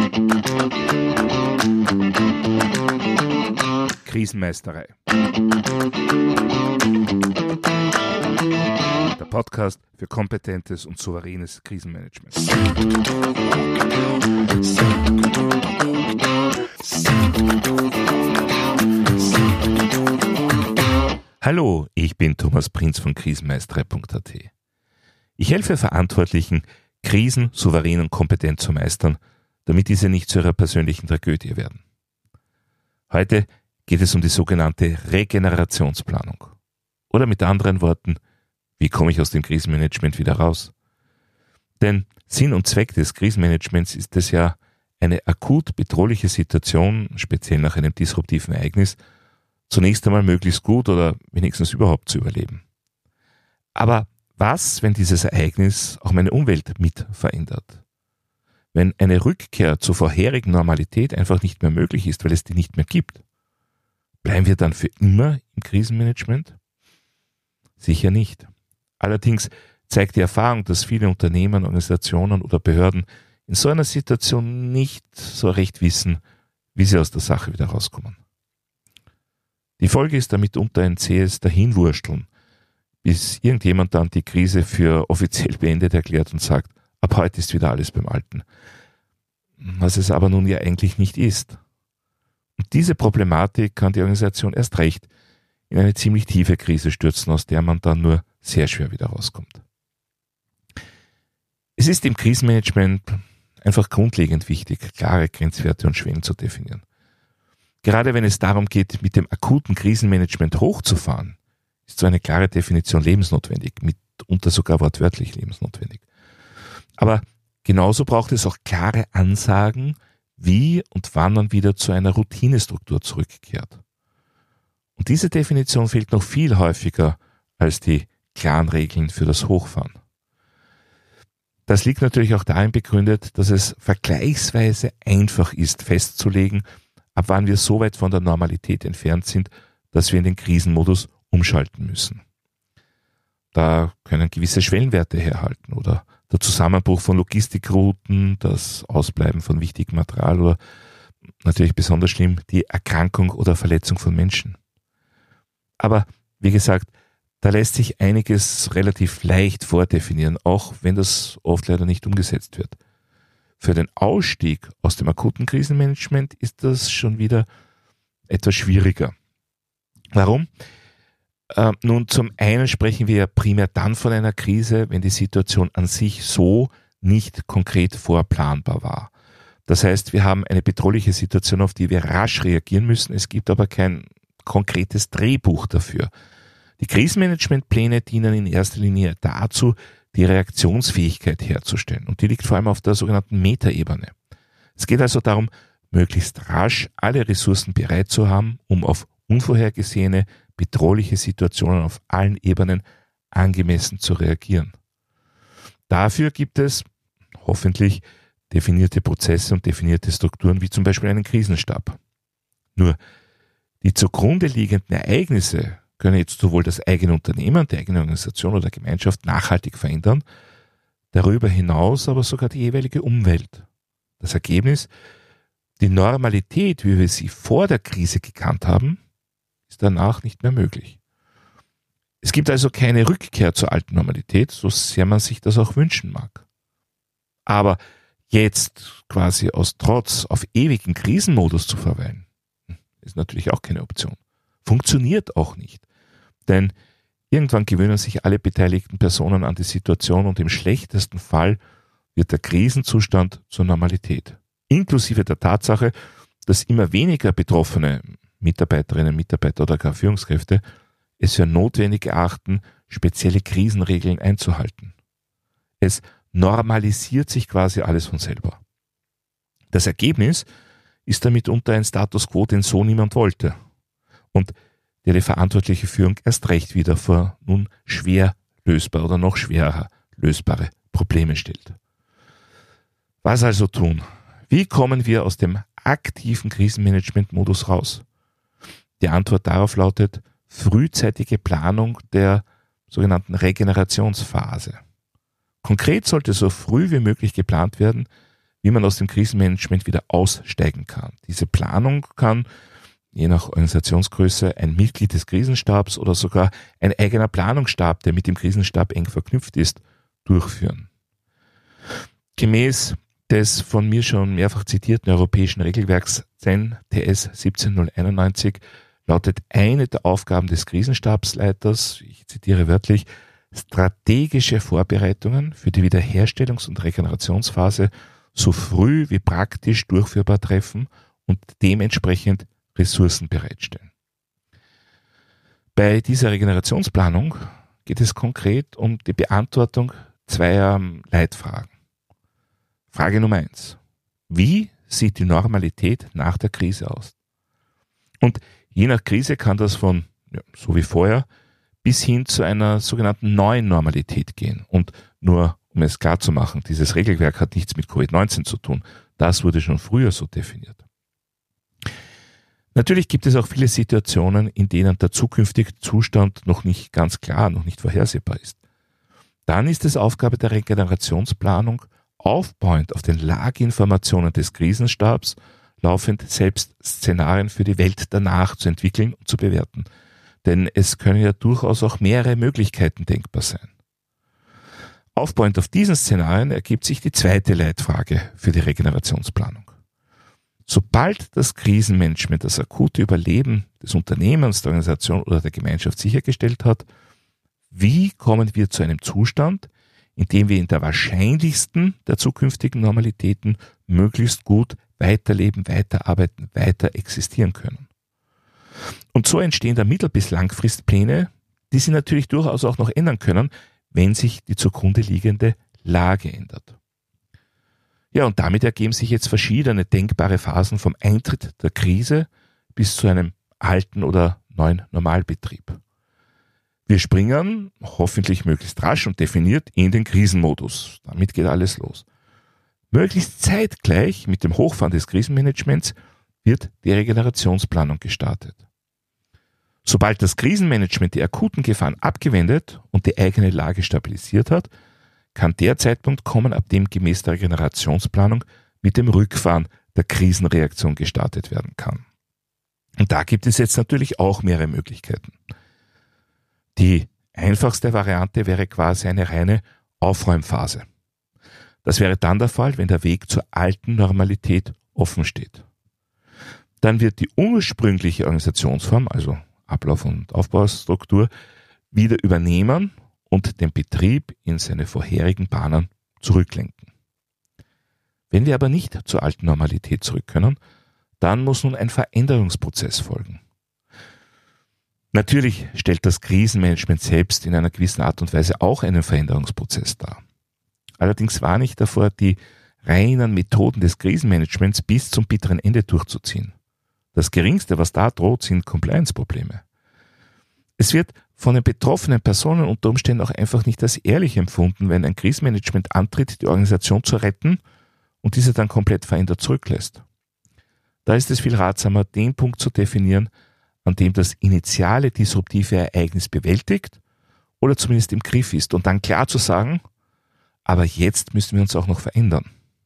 Krisenmeisterei. Der Podcast für kompetentes und souveränes Krisenmanagement. Hallo, ich bin Thomas Prinz von krisenmeisterei.at. Ich helfe Verantwortlichen, Krisen souverän und kompetent zu meistern, damit diese nicht zu ihrer persönlichen Tragödie werden. Heute geht es um die sogenannte Regenerationsplanung. Oder mit anderen Worten, wie komme ich aus dem Krisenmanagement wieder raus? Denn Sinn und Zweck des Krisenmanagements ist es ja, eine akut bedrohliche Situation, speziell nach einem disruptiven Ereignis, zunächst einmal möglichst gut oder wenigstens überhaupt zu überleben. Aber was, wenn dieses Ereignis auch meine Umwelt mit verändert? Wenn eine Rückkehr zur vorherigen Normalität einfach nicht mehr möglich ist, weil es die nicht mehr gibt, bleiben wir dann für immer im Krisenmanagement? Sicher nicht. Allerdings zeigt die Erfahrung, dass viele Unternehmen, Organisationen oder Behörden in so einer Situation nicht so recht wissen, wie sie aus der Sache wieder rauskommen. Die Folge ist damit mitunter ein zähes Dahinwursteln, bis irgendjemand dann die Krise für offiziell beendet erklärt und sagt, ab heute ist wieder alles beim Alten. Was es aber nun ja eigentlich nicht ist. Und diese Problematik kann die Organisation erst recht in eine ziemlich tiefe Krise stürzen, aus der man dann nur sehr schwer wieder rauskommt. Es ist im Krisenmanagement einfach grundlegend wichtig, klare Grenzwerte und Schwellen zu definieren. Gerade wenn es darum geht, mit dem akuten Krisenmanagement hochzufahren, ist so eine klare Definition lebensnotwendig, mitunter sogar wortwörtlich lebensnotwendig. Aber genauso braucht es auch klare Ansagen, wie und wann man wieder zu einer Routinestruktur zurückkehrt. Und diese Definition fehlt noch viel häufiger als die klaren Regeln für das Hochfahren. Das liegt natürlich auch darin begründet, dass es vergleichsweise einfach ist, festzulegen, ab wann wir so weit von der Normalität entfernt sind, dass wir in den Krisenmodus umschalten müssen. Da können gewisse Schwellenwerte herhalten oder der Zusammenbruch von Logistikrouten, das Ausbleiben von wichtigem Material oder natürlich besonders schlimm die Erkrankung oder Verletzung von Menschen. Aber wie gesagt, da lässt sich einiges relativ leicht vordefinieren, auch wenn das oft leider nicht umgesetzt wird. Für den Ausstieg aus dem akuten Krisenmanagement ist das schon wieder etwas schwieriger. Warum? Nun, zum einen sprechen wir ja primär dann von einer Krise, wenn die Situation an sich so nicht konkret vorplanbar war. Das heißt, wir haben eine bedrohliche Situation, auf die wir rasch reagieren müssen. Es gibt aber kein konkretes Drehbuch dafür. Die Krisenmanagementpläne dienen in erster Linie dazu, die Reaktionsfähigkeit herzustellen. Und die liegt vor allem auf der sogenannten Metaebene. Es geht also darum, möglichst rasch alle Ressourcen bereit zu haben, um auf unvorhergesehene, bedrohliche Situationen auf allen Ebenen angemessen zu reagieren. Dafür gibt es hoffentlich definierte Prozesse und definierte Strukturen, wie zum Beispiel einen Krisenstab. Nur die zugrunde liegenden Ereignisse können jetzt sowohl das eigene Unternehmen, die eigene Organisation oder Gemeinschaft nachhaltig verändern, darüber hinaus aber sogar die jeweilige Umwelt. Das Ergebnis, die Normalität, wie wir sie vor der Krise gekannt haben, ist danach nicht mehr möglich. Es gibt also keine Rückkehr zur alten Normalität, so sehr man sich das auch wünschen mag. Aber jetzt quasi aus Trotz auf ewigen Krisenmodus zu verweilen, ist natürlich auch keine Option. Funktioniert auch nicht. Denn irgendwann gewöhnen sich alle beteiligten Personen an die Situation und im schlechtesten Fall wird der Krisenzustand zur Normalität. Inklusive der Tatsache, dass immer weniger betroffene Mitarbeiterinnen, Mitarbeiter oder gar Führungskräfte es für notwendig erachten, spezielle Krisenregeln einzuhalten. Es normalisiert sich quasi alles von selber. Das Ergebnis ist damit unter ein Status quo, den so niemand wollte und der die verantwortliche Führung erst recht wieder vor nun schwer lösbar oder noch schwerer lösbare Probleme stellt. Was also tun? Wie kommen wir aus dem aktiven Krisenmanagement-Modus raus? Die Antwort darauf lautet frühzeitige Planung der sogenannten Regenerationsphase. Konkret sollte so früh wie möglich geplant werden, wie man aus dem Krisenmanagement wieder aussteigen kann. Diese Planung kann, je nach Organisationsgröße, ein Mitglied des Krisenstabs oder sogar ein eigener Planungsstab, der mit dem Krisenstab eng verknüpft ist, durchführen. Gemäß des von mir schon mehrfach zitierten europäischen Regelwerks CEN TS 17091 lautet eine der Aufgaben des Krisenstabsleiters, ich zitiere wörtlich, strategische Vorbereitungen für die Wiederherstellungs- und Regenerationsphase so früh wie praktisch durchführbar treffen und dementsprechend Ressourcen bereitstellen. Bei dieser Regenerationsplanung geht es konkret um die Beantwortung zweier Leitfragen. Frage Nummer 1. Wie sieht die Normalität nach der Krise aus? Und je nach Krise kann das von, so wie vorher, bis hin zu einer sogenannten neuen Normalität gehen. Und nur um es klar zu machen, dieses Regelwerk hat nichts mit Covid-19 zu tun. Das wurde schon früher so definiert. Natürlich gibt es auch viele Situationen, in denen der zukünftige Zustand noch nicht ganz klar, noch nicht vorhersehbar ist. Dann ist es Aufgabe der Regenerationsplanung, aufbauend auf den Lageinformationen des Krisenstabs, laufend selbst Szenarien für die Welt danach zu entwickeln und zu bewerten. Denn es können ja durchaus auch mehrere Möglichkeiten denkbar sein. Aufbauend auf diesen Szenarien ergibt sich die zweite Leitfrage für die Regenerationsplanung. Sobald das Krisenmanagement das akute Überleben des Unternehmens, der Organisation oder der Gemeinschaft sichergestellt hat, wie kommen wir zu einem Zustand, in dem wir in der wahrscheinlichsten der zukünftigen Normalitäten möglichst gut weiterleben, weiterarbeiten, weiter existieren können? Und so entstehen da Mittel- bis Langfristpläne, die sich natürlich durchaus auch noch ändern können, wenn sich die zugrunde liegende Lage ändert. Ja, und damit ergeben sich jetzt verschiedene denkbare Phasen vom Eintritt der Krise bis zu einem alten oder neuen Normalbetrieb. Wir springen, hoffentlich möglichst rasch und definiert, in den Krisenmodus. Damit geht alles los. Möglichst zeitgleich mit dem Hochfahren des Krisenmanagements wird die Regenerationsplanung gestartet. Sobald das Krisenmanagement die akuten Gefahren abgewendet und die eigene Lage stabilisiert hat, kann der Zeitpunkt kommen, ab dem gemäß der Regenerationsplanung mit dem Rückfahren der Krisenreaktion gestartet werden kann. Und da gibt es jetzt natürlich auch mehrere Möglichkeiten. Die einfachste Variante wäre quasi eine reine Aufräumphase. Das wäre dann der Fall, wenn der Weg zur alten Normalität offen steht. Dann wird die ursprüngliche Organisationsform, also Ablauf- und Aufbaustruktur, wieder übernehmen und den Betrieb in seine vorherigen Bahnen zurücklenken. Wenn wir aber nicht zur alten Normalität zurück können, dann muss nun ein Veränderungsprozess folgen. Natürlich stellt das Krisenmanagement selbst in einer gewissen Art und Weise auch einen Veränderungsprozess dar. Allerdings warne ich davor, die reinen Methoden des Krisenmanagements bis zum bitteren Ende durchzuziehen. Das Geringste, was da droht, sind Compliance-Probleme. Es wird von den betroffenen Personen unter Umständen auch einfach nicht als ehrlich empfunden, wenn ein Krisenmanagement antritt, die Organisation zu retten und diese dann komplett verändert zurücklässt. Da ist es viel ratsamer, den Punkt zu definieren, an dem das initiale disruptive Ereignis bewältigt oder zumindest im Griff ist und dann klar zu sagen, aber jetzt müssen wir uns auch noch verändern.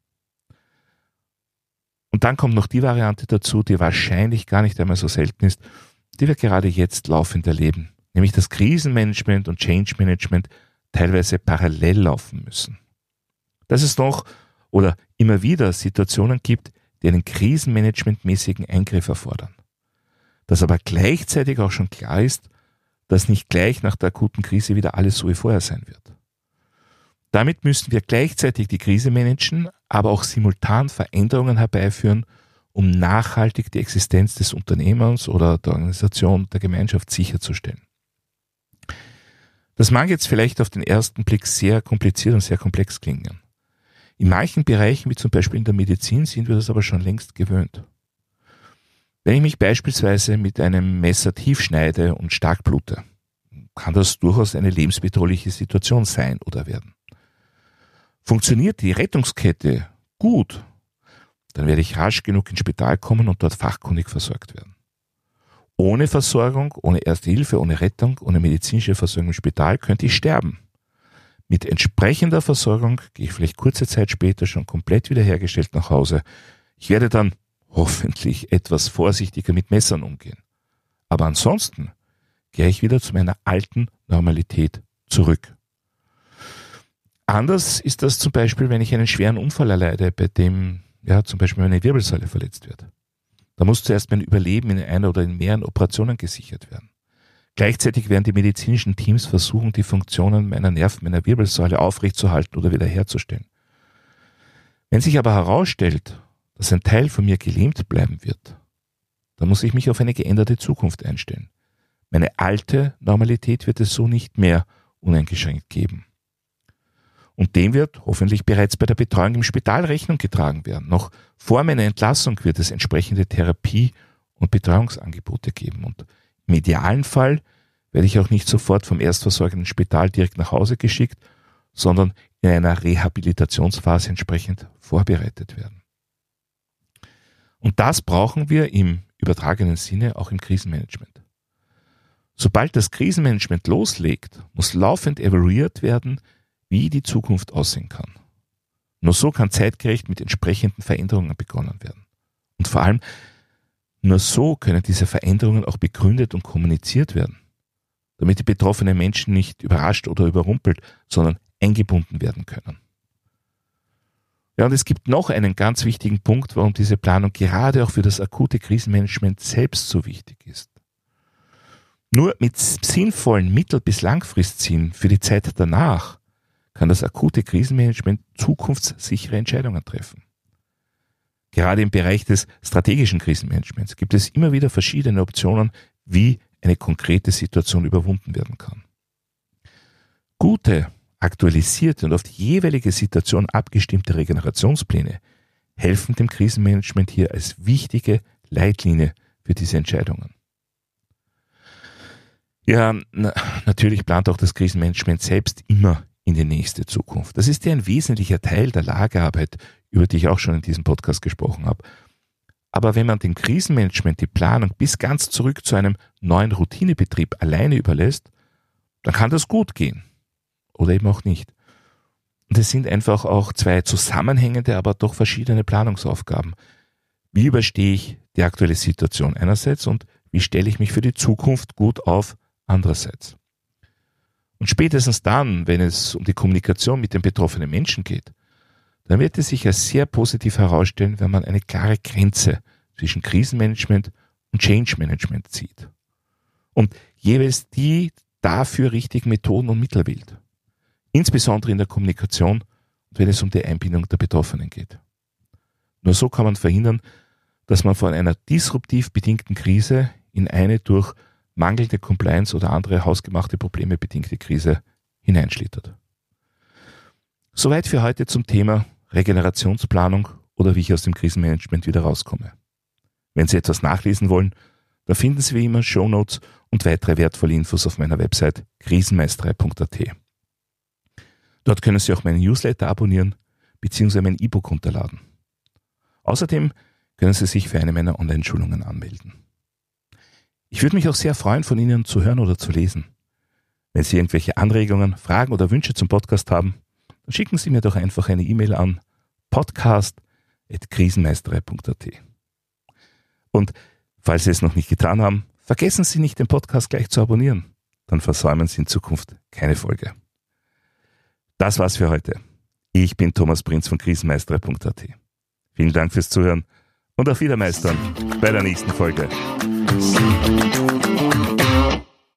Und dann kommt noch die Variante dazu, die wahrscheinlich gar nicht einmal so selten ist, die wir gerade jetzt laufend erleben, nämlich dass Krisenmanagement und Change Management teilweise parallel laufen müssen. Dass es noch oder immer wieder Situationen gibt, die einen krisenmanagementmäßigen Eingriff erfordern. Dass aber gleichzeitig auch schon klar ist, dass nicht gleich nach der akuten Krise wieder alles so wie vorher sein wird. Damit müssen wir gleichzeitig die Krise managen, aber auch simultan Veränderungen herbeiführen, um nachhaltig die Existenz des Unternehmens oder der Organisation, der Gemeinschaft sicherzustellen. Das mag jetzt vielleicht auf den ersten Blick sehr kompliziert und sehr komplex klingen. In manchen Bereichen, wie zum Beispiel in der Medizin, sind wir das aber schon längst gewöhnt. Wenn ich mich beispielsweise mit einem Messer tief schneide und stark blute, kann das durchaus eine lebensbedrohliche Situation sein oder werden. Funktioniert die Rettungskette gut, dann werde ich rasch genug ins Spital kommen und dort fachkundig versorgt werden. Ohne Versorgung, ohne Erste Hilfe, ohne Rettung, ohne medizinische Versorgung im Spital könnte ich sterben. Mit entsprechender Versorgung gehe ich vielleicht kurze Zeit später schon komplett wiederhergestellt nach Hause. Ich werde dann hoffentlich etwas vorsichtiger mit Messern umgehen. Aber ansonsten gehe ich wieder zu meiner alten Normalität zurück. Anders ist das zum Beispiel, wenn ich einen schweren Unfall erleide, bei dem zum Beispiel meine Wirbelsäule verletzt wird. Da muss zuerst mein Überleben in einer oder in mehreren Operationen gesichert werden. Gleichzeitig werden die medizinischen Teams versuchen, die Funktionen meiner Nerven, meiner Wirbelsäule aufrechtzuerhalten oder wiederherzustellen. Wenn sich aber herausstellt, dass ein Teil von mir gelähmt bleiben wird, dann muss ich mich auf eine geänderte Zukunft einstellen. Meine alte Normalität wird es so nicht mehr uneingeschränkt geben. Und dem wird hoffentlich bereits bei der Betreuung im Spital Rechnung getragen werden. Noch vor meiner Entlassung wird es entsprechende Therapie- und Betreuungsangebote geben. Und im idealen Fall werde ich auch nicht sofort vom erstversorgenden Spital direkt nach Hause geschickt, sondern in einer Rehabilitationsphase entsprechend vorbereitet werden. Und das brauchen wir im übertragenen Sinne auch im Krisenmanagement. Sobald das Krisenmanagement loslegt, muss laufend evaluiert werden, wie die Zukunft aussehen kann. Nur so kann zeitgerecht mit entsprechenden Veränderungen begonnen werden. Und vor allem, nur so können diese Veränderungen auch begründet und kommuniziert werden, damit die betroffenen Menschen nicht überrascht oder überrumpelt, sondern eingebunden werden können. Ja, und es gibt noch einen ganz wichtigen Punkt, warum diese Planung gerade auch für das akute Krisenmanagement selbst so wichtig ist. Nur mit sinnvollen Mittel- bis Langfristzielen für die Zeit danach kann das akute Krisenmanagement zukunftssichere Entscheidungen treffen. Gerade im Bereich des strategischen Krisenmanagements gibt es immer wieder verschiedene Optionen, wie eine konkrete Situation überwunden werden kann. Gute, aktualisierte und auf die jeweilige Situation abgestimmte Regenerationspläne helfen dem Krisenmanagement hier als wichtige Leitlinie für diese Entscheidungen. Ja, natürlich plant auch das Krisenmanagement selbst immer in die nächste Zukunft. Das ist ja ein wesentlicher Teil der Lagerarbeit, über die ich auch schon in diesem Podcast gesprochen habe. Aber wenn man dem Krisenmanagement die Planung bis ganz zurück zu einem neuen Routinebetrieb alleine überlässt, dann kann das gut gehen. Oder eben auch nicht. Und es sind einfach auch zwei zusammenhängende, aber doch verschiedene Planungsaufgaben. Wie überstehe ich die aktuelle Situation einerseits und wie stelle ich mich für die Zukunft gut auf andererseits? Und spätestens dann, wenn es um die Kommunikation mit den betroffenen Menschen geht, dann wird es sich als sehr positiv herausstellen, wenn man eine klare Grenze zwischen Krisenmanagement und Change Management zieht. Und jeweils die dafür richtigen Methoden und Mittel wählt. Insbesondere in der Kommunikation und wenn es um die Einbindung der Betroffenen geht. Nur so kann man verhindern, dass man von einer disruptiv bedingten Krise in eine durch mangelnde Compliance oder andere hausgemachte Probleme bedingte Krise hineinschlittert. Soweit für heute zum Thema Regenerationsplanung oder wie ich aus dem Krisenmanagement wieder rauskomme. Wenn Sie etwas nachlesen wollen, dann finden Sie wie immer Shownotes und weitere wertvolle Infos auf meiner Website krisenmeisterei.at. Dort können Sie auch meinen Newsletter abonnieren bzw. mein E-Book runterladen. Außerdem können Sie sich für eine meiner Online-Schulungen anmelden. Ich würde mich auch sehr freuen, von Ihnen zu hören oder zu lesen. Wenn Sie irgendwelche Anregungen, Fragen oder Wünsche zum Podcast haben, dann schicken Sie mir doch einfach eine E-Mail an podcast@krisenmeisterei.at. Und falls Sie es noch nicht getan haben, vergessen Sie nicht, den Podcast gleich zu abonnieren. Dann versäumen Sie in Zukunft keine Folge. Das war's für heute. Ich bin Thomas Prinz von krisenmeisterei.at. Vielen Dank fürs Zuhören und auf Wiedermeistern bei der nächsten Folge.